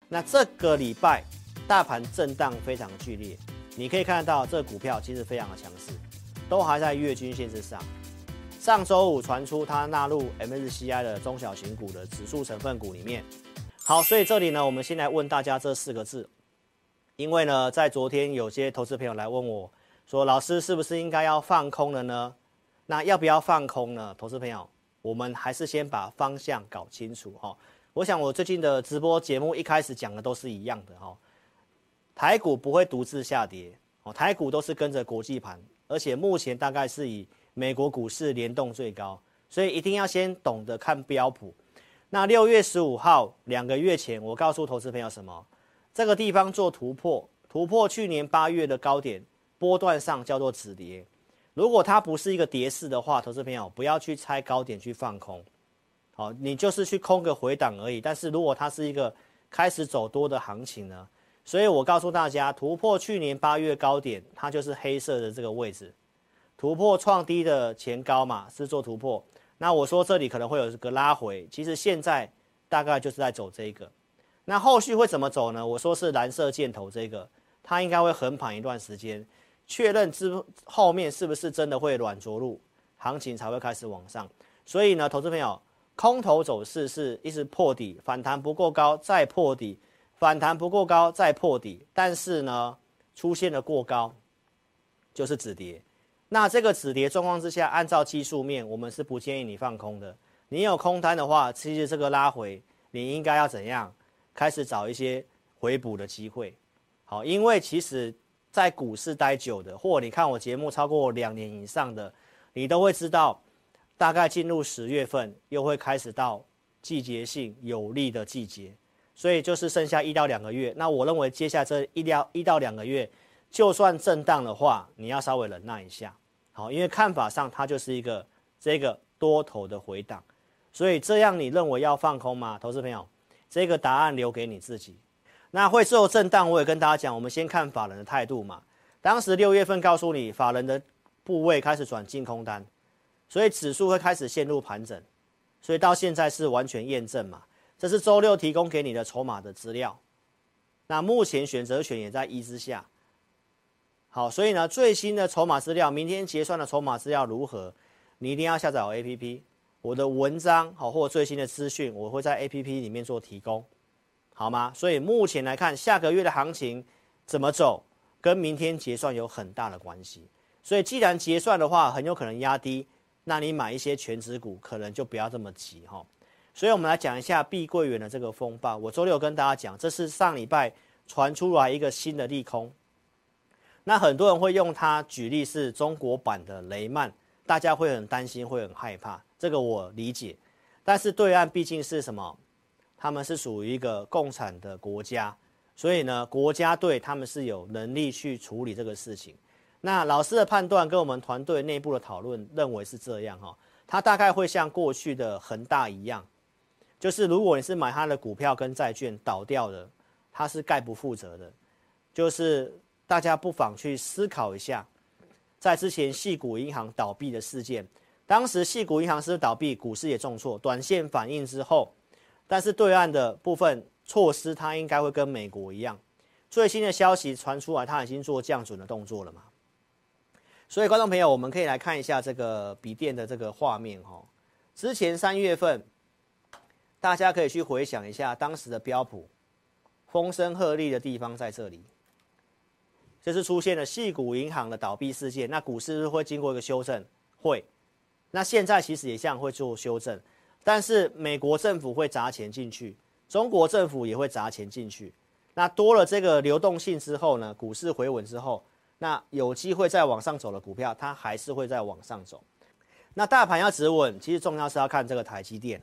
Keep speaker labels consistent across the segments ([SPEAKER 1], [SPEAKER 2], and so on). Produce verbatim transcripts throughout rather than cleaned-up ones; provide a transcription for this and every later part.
[SPEAKER 1] 那这个礼拜大盘震荡非常剧烈，你可以看得到这个股票其实非常的强势，都还在月均线之上。上周五传出它纳入 M S C I 的中小型股的指数成分股里面。好，所以这里呢，我们先来问大家这四个字，因为呢，在昨天有些投资朋友来问我说，老师是不是应该要放空了呢？那要不要放空呢？投资朋友，我们还是先把方向搞清楚哈。我想我最近的直播节目一开始讲的都是一样的哈，台股不会独自下跌，哦，台股都是跟着国际盘，而且目前大概是以美国股市联动最高，所以一定要先懂得看标普。那六月十五号，两个月前，我告诉投资朋友什么？这个地方做突破，突破去年八月的高点，波段上叫做止跌。如果它不是一个跌势的话，投资朋友不要去猜高点去放空，好，你就是去空个回档而已。但是如果它是一个开始走多的行情呢？所以我告诉大家，突破去年八月高点，它就是黑色的这个位置，突破创低的前高嘛，是做突破。那我说这里可能会有一个拉回，其实现在大概就是在走这个。那后续会怎么走呢？我说是蓝色箭头这个，它应该会横盘一段时间，确认之后面是不是真的会软着陆，行情才会开始往上。所以呢，投资朋友，空头走势是一直破底，反弹不够高再破底，反弹不够高再破底，但是呢，出现了过高，就是止跌。那这个止跌状况之下，按照技术面，我们是不建议你放空的。你有空单的话，其实这个拉回，你应该要怎样？开始找一些回补的机会。好，因为其实在股市待久的，或你看我节目超过两年以上的，你都会知道，大概进入十月份，又会开始到季节性有利的季节，所以就是剩下一到两个月。那我认为接下来这一到一到两个月，就算震荡的话，你要稍微忍耐一下。好，因为看法上它就是一个这个多头的回档，所以这样你认为要放空吗？投资朋友，这个答案留给你自己。那会受震荡，我也跟大家讲，我们先看法人的态度嘛。当时六月份告诉你，法人的部位开始转净空单，所以指数会开始陷入盘整，所以到现在是完全验证嘛。这是周六提供给你的筹码的资料。那目前选择权也在一之下。好，所以呢，最新的筹码资料，明天结算的筹码资料如何？你一定要下载我 A P P， 我的文章好或最新的资讯，我会在 A P P 里面做提供，好吗？所以目前来看，下个月的行情怎么走，跟明天结算有很大的关系。所以既然结算的话，很有可能压低，那你买一些全指股，可能就不要这么急哈。所以我们来讲一下碧桂园的这个风暴。我周六跟大家讲，这是上礼拜传出来一个新的利空。那很多人会用它举例是中国版的雷曼，大家会很担心，会很害怕，这个我理解。但是对岸毕竟是什么？他们是属于一个共产的国家，所以呢，国家队他们是有能力去处理这个事情。那老师的判断跟我们团队内部的讨论认为是这样哈，它大概会像过去的恒大一样，就是如果你是买它的股票跟债券倒掉的，它是概不负责的，就是。大家不妨去思考一下，在之前矽谷银行倒闭的事件，当时矽谷银行是倒闭，股市也重挫，短线反应之后，但是对岸的部分措施，它应该会跟美国一样。最新的消息传出来，它已经做降准的动作了嘛？所以观众朋友，我们可以来看一下这个笔电的这个画面哈。之前三月份，大家可以去回想一下当时的标普，风声鹤唳的地方在这里。这是出现了矽谷银行的倒闭事件，那股市会经过一个修正，会。那现在其实也像会做修正，但是美国政府会砸钱进去，中国政府也会砸钱进去。那多了这个流动性之后呢，股市回稳之后，那有机会再往上走的股票，它还是会再往上走。那大盘要止稳，其实重要是要看这个台积电。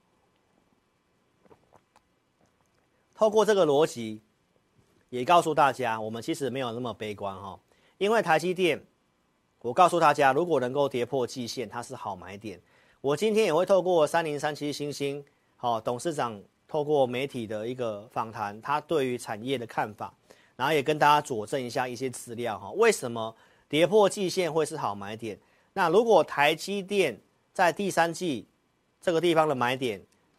[SPEAKER 1] 透过这个逻辑。也告诉大家，我们其实没有那么悲观哈，因为台积电，我告诉大家，如果能够跌破季线，它是好买点。我今天也会透过三零三七星星，好董事长透过媒体的一个访谈，他对于产业的看法，然后也跟大家佐证一下一些资料哈，为什么跌破季线会是好买点？那如果台积电在第三季这个地方的买点，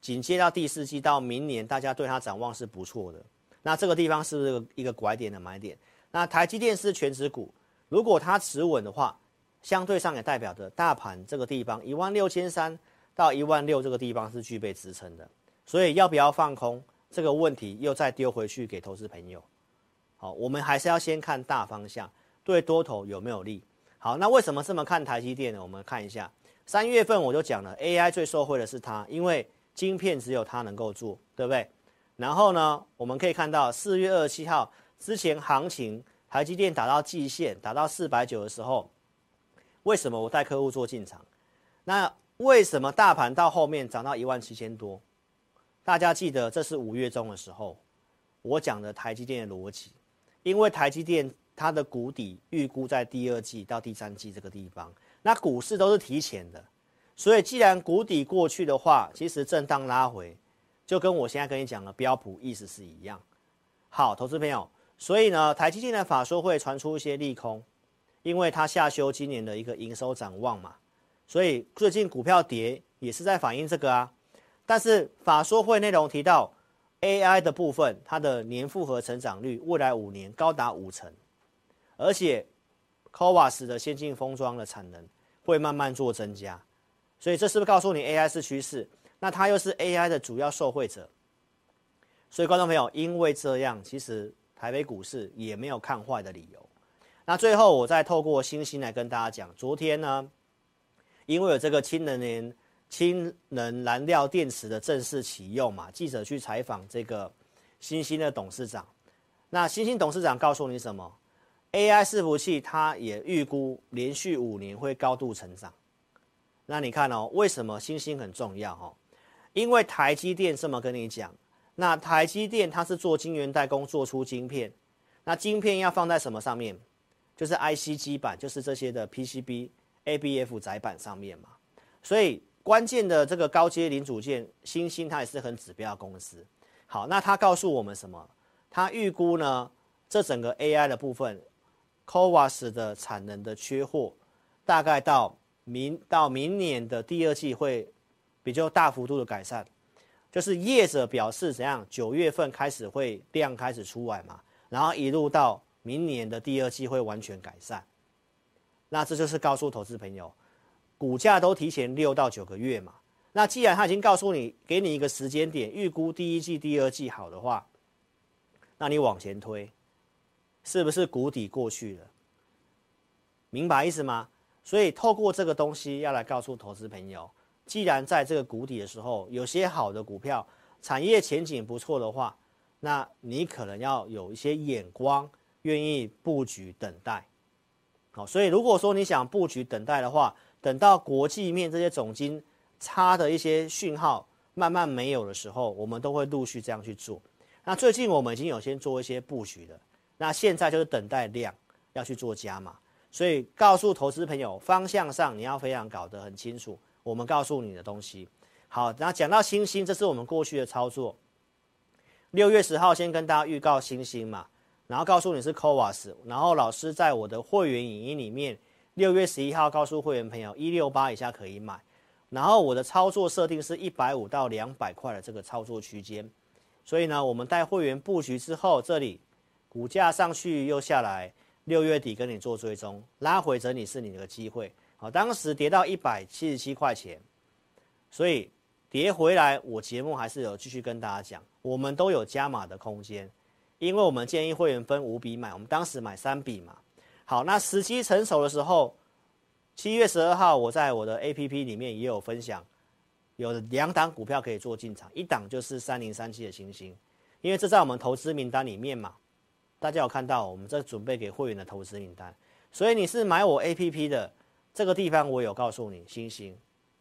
[SPEAKER 1] 紧接到第四季到明年，大家对它展望是不错的。那这个地方是不是一个拐点的买点？那台积电是全指股，如果它持稳的话，相对上也代表着大盘这个地方一万六千三到一万六这个地方是具备支撑的。所以要不要放空这个问题又再丢回去给投资朋友。好，我们还是要先看大方向，对多头有没有利。好，那为什么这么看台积电呢？我们看一下，三月份我就讲了 ，A I 最受惠的是它，因为晶片只有它能够做，对不对？然后呢，我们可以看到四月二十七号之前行情，台积电打到季线，打到四百九的时候，为什么我带客户做进场？那为什么大盘到后面涨到一万七千多？大家记得这是五月中的时候，我讲的台积电的逻辑，因为台积电它的谷底预估在第二季到第三季这个地方，那股市都是提前的，所以既然谷底过去的话，其实震荡拉回，就跟我现在跟你讲的标普意思是一样。好，投资朋友，所以呢，台积电的法说会传出一些利空，因为它下修今年的一个营收展望嘛，所以最近股票跌也是在反映这个啊。但是法说会内容提到 A I 的部分，它的年复合成长率未来五年高达五成，而且 C O V A S 的先进封装的产能会慢慢做增加，所以这是不是告诉你 A I 是趋势？那它又是 A I 的主要受惠者，所以观众朋友，因为这样，其实台北股市也没有看坏的理由。那最后我再透过星星来跟大家讲，昨天呢，因为有这个氢能源。氢能燃料电池的正式启用嘛，记者去采访这个新兴的董事长，那新兴董事长告诉你什么 ？A I 伺服器它也预估连续五年会高度成长。那你看哦，为什么新兴很重要哦？因为台积电这么跟你讲，那台积电它是做晶圆代工，做出晶片，那晶片要放在什么上面？就是 I C 基板，就是这些的 P C B、A B F 载板上面嘛，所以。关键的这个高阶零组件，新兴它也是很指标的公司。好，那它告诉我们什么？它预估呢，这整个 A I 的部分 C O V A S 的产能的缺货，大概到明到明年的第二季会比较大幅度的改善。就是业者表示怎样，九月份开始会量开始出来嘛，然后一路到明年的第二季会完全改善。那这就是告诉投资朋友。股价都提前六到九个月嘛，那既然他已经告诉你，给你一个时间点，预估第一季、第二季好的话，那你往前推，是不是谷底过去了？明白意思吗？所以透过这个东西要来告诉投资朋友，既然在这个谷底的时候，有些好的股票，产业前景不错的话，那你可能要有一些眼光，愿意布局等待。好，所以如果说你想布局等待的话，等到国际面这些总经差的一些讯号慢慢没有的时候，我们都会陆续这样去做。那最近我们已经有先做一些布局了，那现在就是等待量要去做加码。所以告诉投资朋友，方向上你要非常搞得很清楚，我们告诉你的东西。好，那讲到星星，这是我们过去的操作。六月十号先跟大家预告星星嘛，然后告诉你是 C O V A S， 然后老师在我的会员影音里面。六月十一号告诉会员朋友，一六八以下可以买，然后我的操作设定是一百五到两百块的这个操作区间，所以呢，我们带会员布局之后，这里股价上去又下来，六月底跟你做追踪，拉回整理是你的机会。好，当时跌到一百七十七块钱，所以跌回来，我节目还是有继续跟大家讲，我们都有加码的空间，因为我们建议会员分五笔买，我们当时买三笔嘛。好，那时机成熟的时候，七月十二号，我在我的 A P P 里面也有分享，有两档股票可以做进场，一档就是三零三七的星星，因为这在我们投资名单里面嘛，大家有看到我们这准备给会员的投资名单，所以你是买我 A P P 的这个地方，我有告诉你星星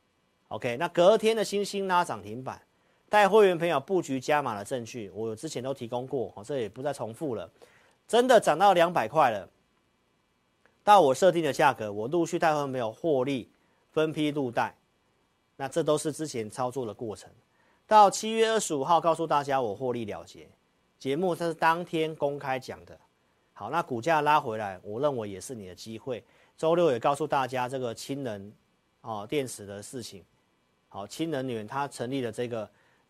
[SPEAKER 1] ，OK， 那隔天的星星拉涨停板，带会员朋友布局加码的证据，我之前都提供过，这也不再重复了，真的涨到两百块了。到我设定的价格，我陆续带会员朋友获利，分批入袋，那这都是之前操作的过程。到七月二十五号告诉大家我获利了结，节目这是当天公开讲的。好，那股价拉回来，我认为也是你的机会。周六也告诉大家这个氢能哦电池的事情。好，氢能源它成立了这个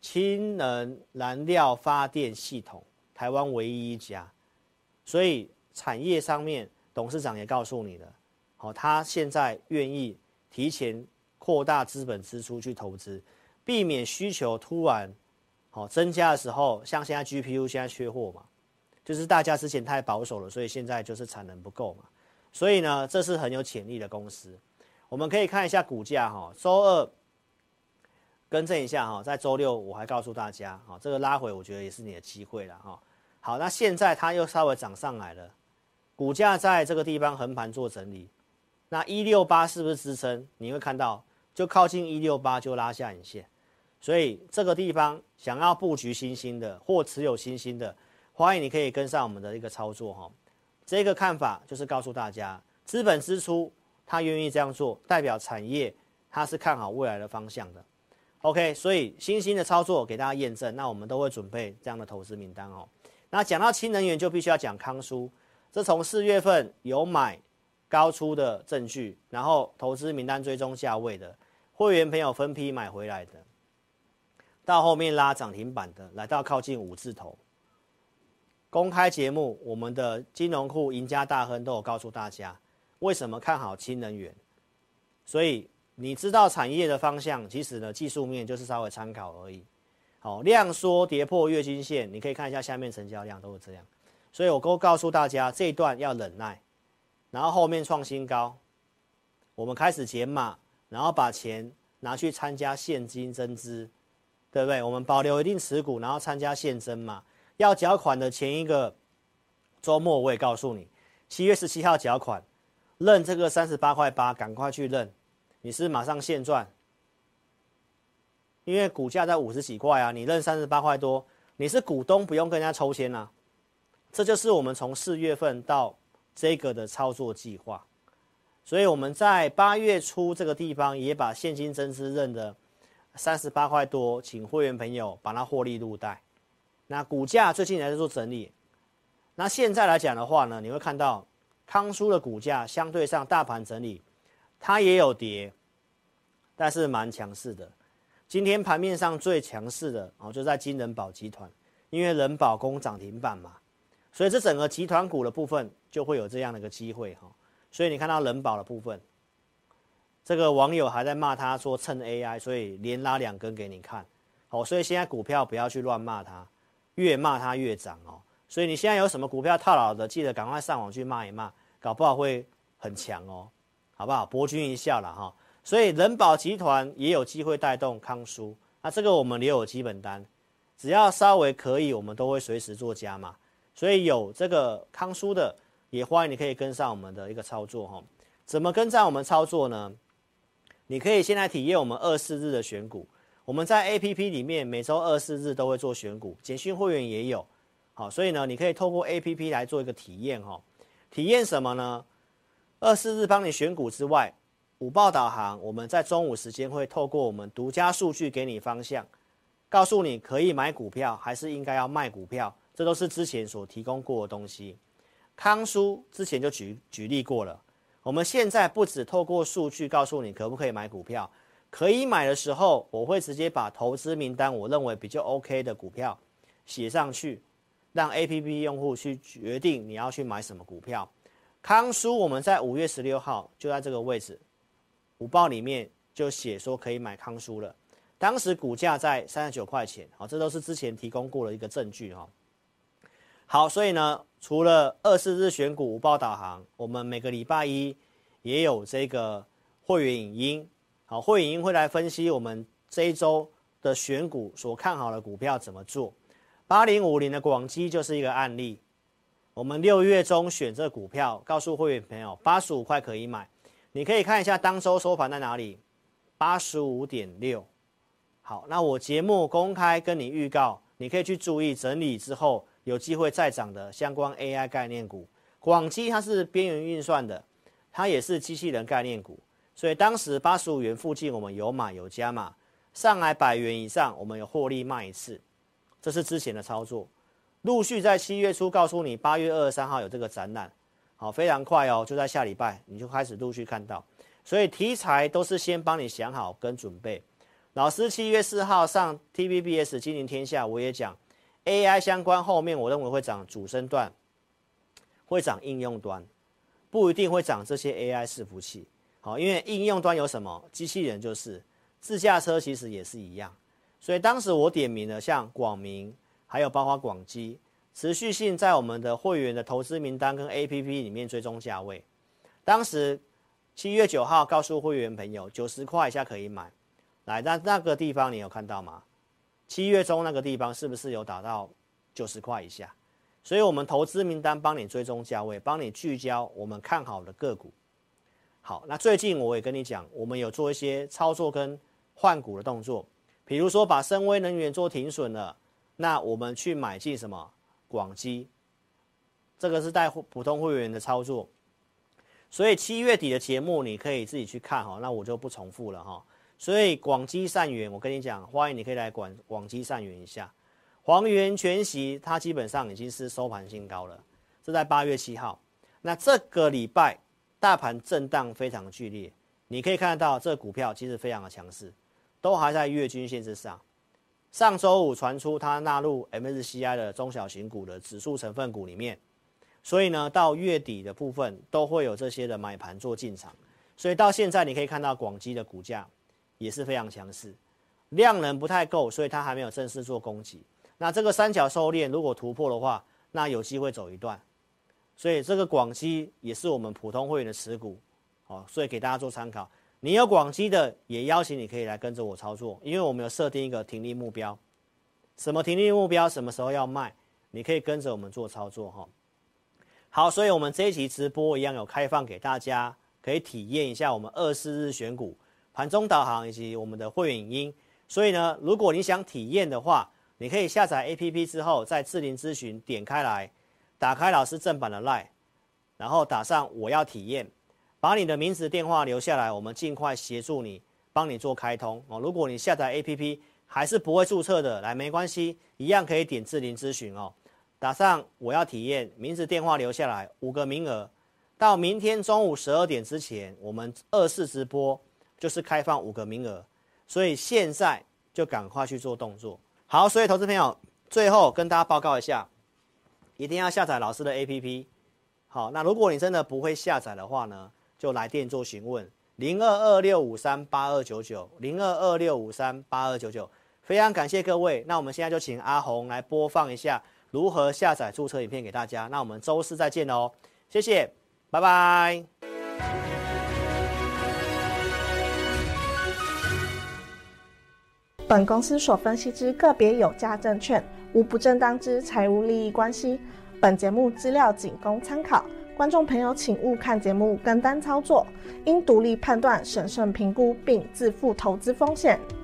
[SPEAKER 1] 氢能燃料发电系统，台湾唯一一家。所以产业上面，董事长也告诉你了，好，他现在愿意提前扩大资本支出去投资，避免需求突然好增加的时候，像现在 G P U 现在缺货嘛，就是大家之前太保守了，所以现在就是产能不够嘛。所以呢，这是很有潜力的公司。我们可以看一下股价哈，周二更正一下哈，在周六我还告诉大家，哈，这个拉回我觉得也是你的机会了哈。好，那现在它又稍微涨上来了，股价在这个地方横盘做整理，那一六八是不是支撑？你会看到就靠近一六八就拉下影线，所以这个地方想要布局新兴的或持有新兴的，欢迎你可以跟上我们的一个操作哈。这个看法就是告诉大家，资本支出他愿意这样做，代表产业它是看好未来的方向的。OK， 所以新兴的操作给大家验证，那我们都会准备这样的投资名单哦。那讲到氢能源，就必须要讲康舒，这从四月份有买高出的证据，然后投资名单追踪价位的会员朋友分批买回来的，到后面拉涨停板的，来到靠近五字头。公开节目，我们的金融库赢家大亨都有告诉大家为什么看好氢能源，所以你知道产业的方向，其实呢技术面就是稍微参考而已。好，量缩跌破月均线，你可以看一下下面成交量都是这样，所以我都告诉大家这一段要忍耐，然后后面创新高，我们开始减码，然后把钱拿去参加现金增资，对不对？我们保留一定持股，然后参加现增嘛。要缴款的前一个周末，我也告诉你，七月十七号缴款，认这个三十八块八，赶快去认，你是马上现赚。因为股价在五十几块啊，你认三十八块多，你是股东不用跟人家抽签啊，这就是我们从四月份到这个的操作计划。所以我们在八月初这个地方也把现金增资认的三十八块多，请会员朋友把它获利入袋。那股价最近还在做整理，那现在来讲的话呢，你会看到康舒的股价相对上大盘整理，它也有跌，但是蛮强势的。今天盘面上最强势的哦，就在金人保集团，因为人保攻涨停板嘛，所以这整个集团股的部分就会有这样的一个机会哈。所以你看到人保的部分，这个网友还在骂他说蹭 A I， 所以连拉两根给你看。好，所以现在股票不要去乱骂他，越骂它越涨哦。所以你现在有什么股票套牢的，记得赶快上网去骂一骂，搞不好会很强哦，好不好？博君一笑啦哈。所以人保集团也有机会带动康舒，那这个我们留有基本单，只要稍微可以，我们都会随时做加码。所以有这个康舒的，也欢迎你可以跟上我们的一个操作哈。怎么跟上我们操作呢？你可以现在体验我们二四日的选股，我们在 A P P 里面每周二四日都会做选股，简讯会员也有。好，所以呢，你可以透过 A P P 来做一个体验哈。体验什么呢？二四日帮你选股之外，午报导航，我们在中午时间会透过我们独家数据给你方向，告诉你可以买股票还是应该要卖股票，这都是之前所提供过的东西。康舒之前就举举例过了，我们现在不只透过数据告诉你可不可以买股票，可以买的时候，我会直接把投资名单我认为比较 OK 的股票写上去，让 A P P 用户去决定你要去买什么股票。康舒我们在五月十六号就在这个位置，午报里面就写说可以买康舒了，当时股价在三十九块钱，好，这都是之前提供过的一个证据哈。好，所以呢，除了二四日选股午报导航，我们每个礼拜一也有这个会员影音，好，会员影音会来分析我们这一周的选股所看好的股票怎么做。八零五零的广基就是一个案例，我们六月中选这股票，告诉会员朋友八十五块可以买，你可以看一下当周收盘在哪里，八十五点六。好，那我节目公开跟你预告，你可以去注意整理之后有机会再涨的相关 A I 概念股。广基它是边缘运算的，它也是机器人概念股，所以当时八十五元附近我们有买有加码，上来百元以上我们有获利卖一次，这是之前的操作。陆续在七月初告诉你，八月二十三号有这个展览，好，非常快哦，就在下礼拜你就开始陆续看到。所以题材都是先帮你想好跟准备， 老师七月四号上 T V B S 金陵天下，我也讲 A I 相关后面我认为会涨主升段，会涨应用端，不一定会涨这些 A I 伺服器。好，因为应用端有什么？机器人就是，自驾车其实也是一样。所以当时我点名了像广明，还有包括广基，持续性在我们的会员的投资名单跟 A P P 里面追踪价位。当时七月九号告诉会员朋友，九十块以下可以买。来，那那个地方你有看到吗？七月中那个地方是不是有打到九十块以下？所以我们投资名单帮你追踪价位，帮你聚焦我们看好的个股。好，那最近我也跟你讲，我们有做一些操作跟换股的动作，比如说把深威能源做停损了，那我们去买进什么广基，这个是带普通会员的操作。所以七月底的节目你可以自己去看哈，那我就不重复了哈。所以广基善元，我跟你讲，欢迎你可以来广广基善元一下。黄元全息它基本上已经是收盘新高了，这在八月七号。那这个礼拜大盘震荡非常剧烈，你可以看得到这个股票其实非常的强势，都还在月均线之上。上周五传出它纳入 M S C I 的中小型股的指数成分股里面，所以呢，到月底的部分都会有这些的买盘做进场。所以到现在你可以看到广基的股价也是非常强势，量能不太够，所以它还没有正式做攻击。那这个三角收敛如果突破的话，那有机会走一段。所以这个广基也是我们普通会员的持股，好，所以给大家做参考。你有广基的，也邀请你可以来跟着我操作，因为我们有设定一个停利目标，什么停利目标，什么时候要卖，你可以跟着我们做操作哈。好，所以我们这一期直播一样有开放给大家，可以体验一下我们二十四日选股、盘中导航以及我们的会员影音。所以呢，如果你想体验的话，你可以下载 A P P 之后，在智霖咨询点开来。打开老师正版的 LINE， 然后打上我要体验，把你的名字电话留下来，我们尽快协助你，帮你做开通哦。如果你下载 A P P 还是不会注册的，来没关系，一样可以点智霖咨询哦。打上我要体验，名字电话留下来，五个名额，到明天中午十二点之前，我们二四直播就是开放五个名额，所以现在就赶快去做动作。好，所以投资朋友，最后跟大家报告一下。一定要下载老师的 A P P， 好，那如果你真的不会下载的话呢，就来电做询问，零二二六五三八二九九，零二二六五三八二九九，非常感谢各位。那我们现在就请阿红来播放一下如何下载注册影片给大家。那我们周四再见哦，谢谢，拜拜。
[SPEAKER 2] 本公司所分析之个别有价证券，无不正当之财务利益关系。本节目资料仅供参考，观众朋友请勿看节目跟单操作，应独立判断、审慎评估并自负投资风险。